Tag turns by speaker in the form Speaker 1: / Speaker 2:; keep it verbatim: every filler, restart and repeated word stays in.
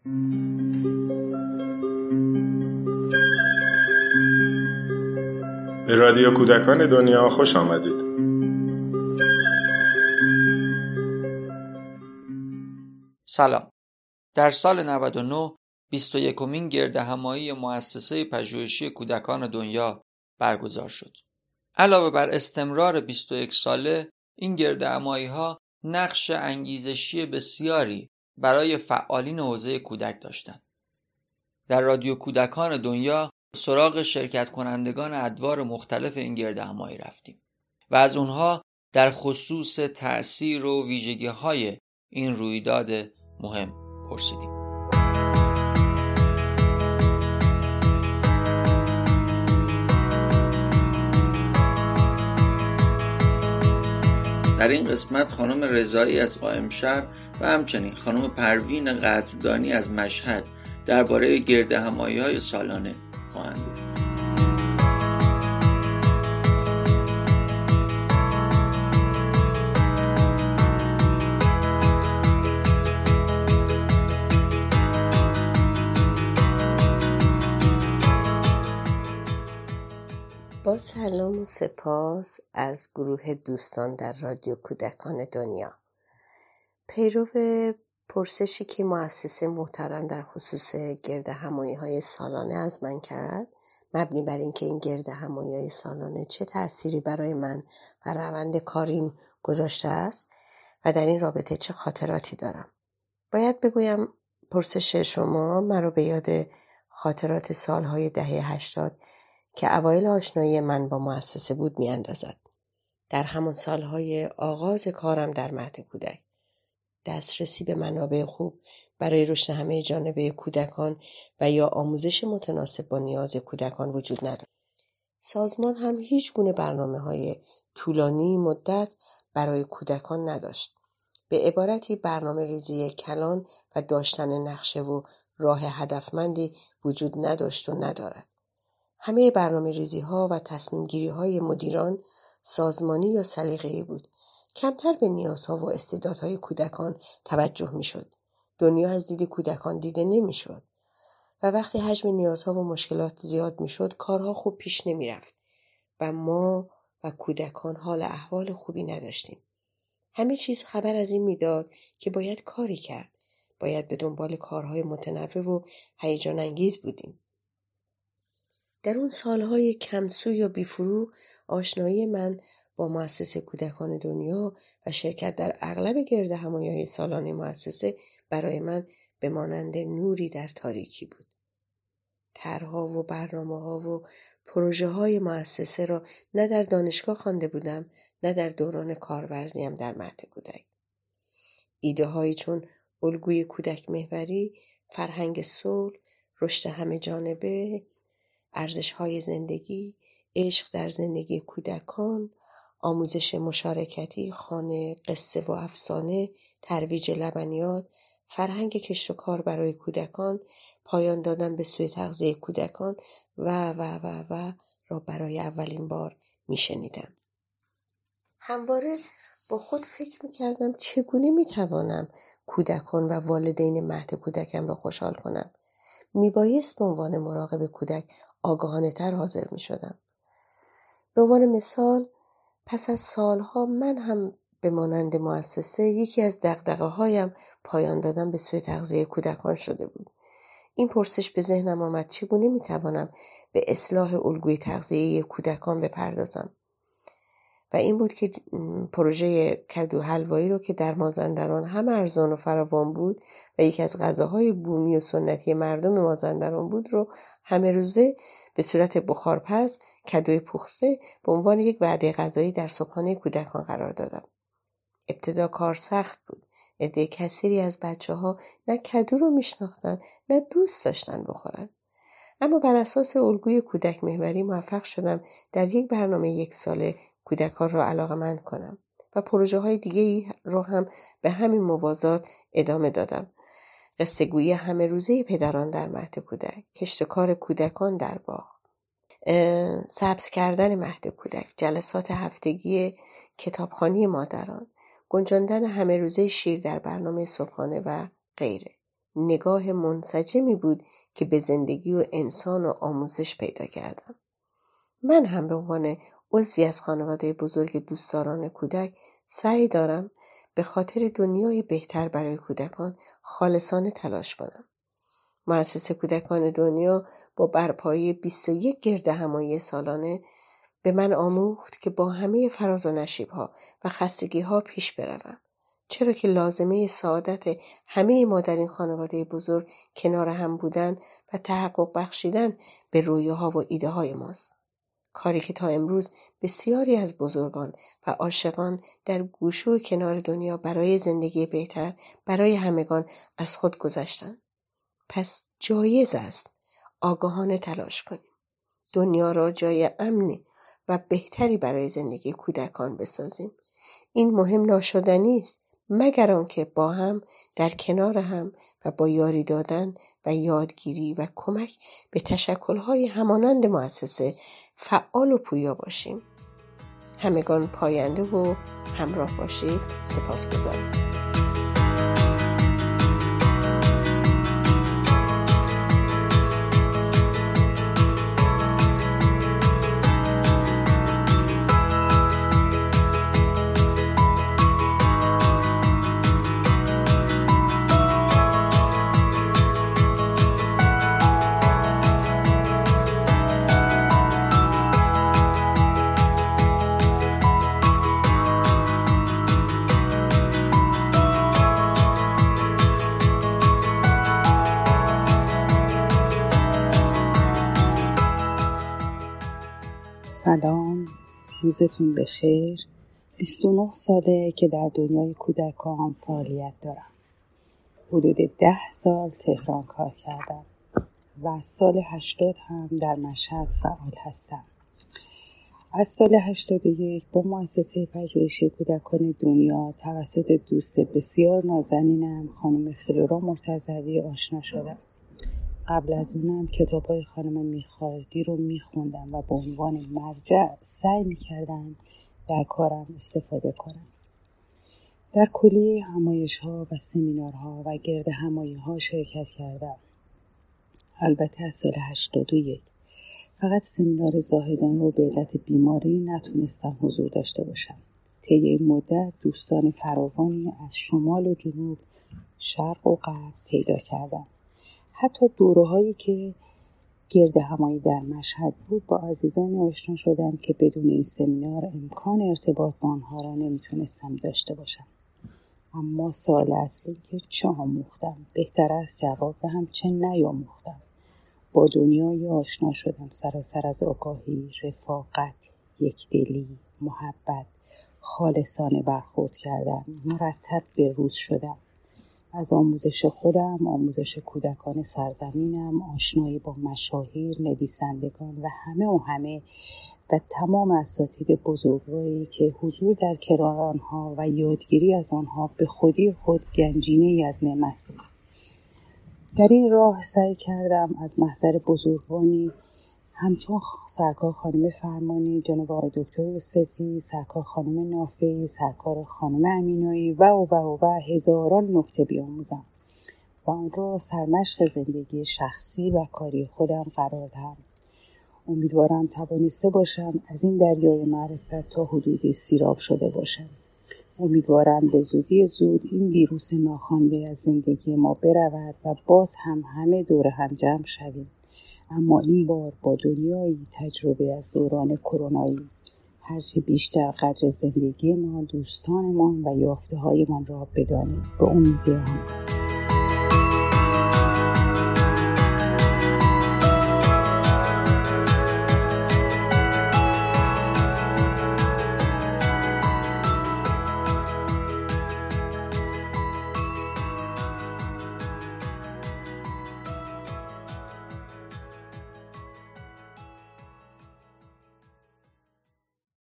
Speaker 1: به رادیو کودکان دنیا خوش آمدید.
Speaker 2: سلام. در سال نود و نه بیست و یکمین گردهمایی مؤسسه پژوهشی کودکان دنیا برگزار شد. علاوه بر استمرار بیست و یک ساله، این گردهمایی‌ها نقش انگیزشی بسیاری برای فعالین حوزه کودک داشتند. در رادیو کودکان دنیا سراغ شرکت کنندگان ادوار مختلف این گردهمایی رفتیم و از اونها در خصوص تأثیر و ویژگی‌های این رویداد مهم پرسیدیم. در این قسمت خانم رضایی از قائمشهر و همچنین خانم پروین قدردانی از مشهد درباره گردهمایی‌های سالانه خواهند گفت.
Speaker 3: با سلام و سپاس از گروه دوستان در رادیو کودکان دنیا. پیرو پرسشی که مؤسسه محترم در خصوص گردهمایی‌های سالانه از من کرد، مبنی بر اینکه این گردهمایی‌های سالانه چه تأثیری برای من و روند کاریم گذاشته است و در این رابطه چه خاطراتی دارم. باید بگویم پرسش شما مرا به یاد خاطرات سالهای دهه هشتاد که اوایل آشنایی من با مؤسسه بود می اندازد. در همان سالهای آغاز کارم در مهد کودک، دسترسی به منابع خوب برای رشد همه جانبه کودکان و یا آموزش متناسب با نیاز کودکان وجود نداشت. سازمان هم هیچ گونه برنامه‌های طولانی مدت برای کودکان نداشت. به عبارتی برنامه ریزی کلان و داشتن نقشه و راه هدفمندی وجود نداشت و ندارد. همه برنامه ریزی ها و تصمیم گیری های مدیران سازمانی یا سلیقه‌ای بود. کمتر به نیازها و استعدادهای کودکان توجه می شد. دنیا از دید کودکان دیده نمی شد. و وقتی حجم نیازها و مشکلات زیاد می شد، کارها خوب پیش نمی رفت. و ما و کودکان حال احوال خوبی نداشتیم. همه چیز خبر از این می داد که باید کاری کرد. باید به دنبال کارهای متنوع و هیجان انگیز بودیم. در اون سالهای کمسوی و بیفروغ آشنایی من با مؤسسه کودکان دنیا و شرکت در اغلب گردهمایی‌های سالانه مؤسسه برای من به مانند نوری در تاریکی بود. طرح‌ها و برنامه‌ها و پروژه‌های مؤسسه را نه در دانشگاه خوانده بودم، نه در دوران کارورزیم در مهد کودک. ایده‌هایی چون الگوی کودک محوری، فرهنگ صلح، رشد همه جانبه، ارزش‌های زندگی، عشق در زندگی کودکان، آموزش مشارکتی، خانه، قصه و افسانه، ترویج لبنیات، فرهنگ کشت و کار برای کودکان، پایان دادن به سوی تغذیه کودکان و و و و را برای اولین بار میشنیدم. همواره با خود فکر میکردم چگونه میتوانم کودکان و والدین مهد کودکم را خوشحال کنم. میبایست به عنوان مراقب کودک آگاهانه تر حاضر میشدم. به عنوان مثال، پس از سالها من هم به مانند مؤسسه یکی از دغدغه هایم پایان دادن به سوی تغذیه کودکان شده بود. این پرسش به ذهنم آمد چگونه میتوانم به اصلاح الگوی تغذیه کودکان بپردازم. و این بود که پروژه کدو حلوایی رو که در مازندران هم ارزان و فراوان بود و یکی از غذاهای بومی و سنتی مردم مازندران بود رو همه روزه به صورت بخارپز کدوی پخته به عنوان یک وعده غذایی در صبحانه کودکان قرار دادم. ابتدا کار سخت بود. عده کثیری از بچه‌ها نه کدو رو میشناختن نه دوست داشتن بخورن. اما بر اساس الگوی کودک محوری موفق شدم در یک برنامه یک ساله کودکان را علاقه‌مند کنم و پروژه های دیگه‌ای رو هم به همین موازات ادامه دادم. قصه گویی همه روزه پدران در مهد کودک، کشتکار کودکان در باغ، سبز کردن مهد کودک، جلسات هفتگی کتابخوانی مادران، گنجاندن همه روزه شیر در برنامه صبحانه و غیره. نگاه منسجمی بود که به زندگی و انسان و آموزش پیدا کردم. من هم به عنوان عضوی از خانواده بزرگ دوستداران کودک سعی دارم به خاطر دنیای بهتر برای کودکان خالصانه تلاش کنم. مؤسسه کودکان دنیا با برپایی بیست و یک گردهمایی سالانه به من آموخت که با همه فراز و نشیب‌ها و خستگی‌ها پیش بروم، چرا که لازمه سعادت همه ما در این خانواده بزرگ کنار هم بودن و تحقق بخشیدن به رویاها و ایده های ماست. کاری که تا امروز بسیاری از بزرگان و عاشقان در گوشه و کنار دنیا برای زندگی بهتر برای همگان از خود گذشتند. پس جایز است آگاهانه تلاش کنیم. دنیا را جای امنی و بهتری برای زندگی کودکان بسازیم. این مهم ناشدنی است، مگر آنکه با هم در کنار هم و با یاری دادن و یادگیری و کمک به تشکل‌های همانند مؤسسه فعال و پویا باشیم. همگان پاینده و همراه باشید. سپاسگزارم.
Speaker 4: سلام، روزتون بخیر. بیست و نه ساله که در دنیای کودکان فعالیت دارم. حدود ده سال تهران کار کردم و از سال هشتاد هم در مشهد فعال هستم. از سال هشتاد و یک با مؤسسه پژوهشی کودکان دنیا توسط دوست بسیار نازنینم خانم فلورا مرتضوی آشنا شدم. قبل از اونم کتاب‌های خانم میرخالدی رو میخوندم و به عنوان مرجع سعی میکردم در کارم استفاده کنم. در کلیه همایش‌ها و سمینارها و گرد همایی‌ها شرکت کردم. البته از سال هشتاد و یک فقط سمینار زاهدان رو به علت بیماری نتونستم حضور داشته باشم. طی این مدت دوستان فراوانی از شمال و جنوب، شرق و غرب پیدا کردم. حتی دوره‌هایی که گرد همایی در مشهد بود با عزیزانی آشنا شدم که بدون این سمینار امکان ارتباط با آنها را نمیتونستم داشته باشم. اما سوال اصلی که چه آموختم؟ بهتر است جواب دهم چه نیاموختم. با دنیای آشنا شدم، سراسر از آگاهی، رفاقت، یکدلی، محبت، خالصانه برخورد کردم، مرتب به روز شدم. از آموزش خودم، آموزش کودکان سرزمینم، آشنایی با مشاهیر، نویسندگان و همه و همه و تمام اساتید بزرگواری که حضور در کنار آنها و یادگیری از آنها به خودی خود گنجینه‌ای از نعمت بود. در این راه سعی کردم از محضر بزرگوانی همچون سرکار خانم فرمانی، جناب آقای دکتر یوسفی، سرکار خانم نافعی، سرکار خانم امینایی و و و و هزاران نکته بیاموزم و آن را سرمشق زندگی شخصی و کاری خودم قرار دهم. امیدوارم توانسته باشم از این دریای معرفت تا حدودی سیراب شده باشم. امیدوارم به زودی زود این ویروس ناخوانده از زندگی ما برود و باز هم همه دور هم جمع شویم. اما این بار با دنیایی تجربه از دوران کرونایی. هرچه بیشتر قدر زندگی ما، دوستانمان و یافته هایمان را بدانیم. به امید آن روز.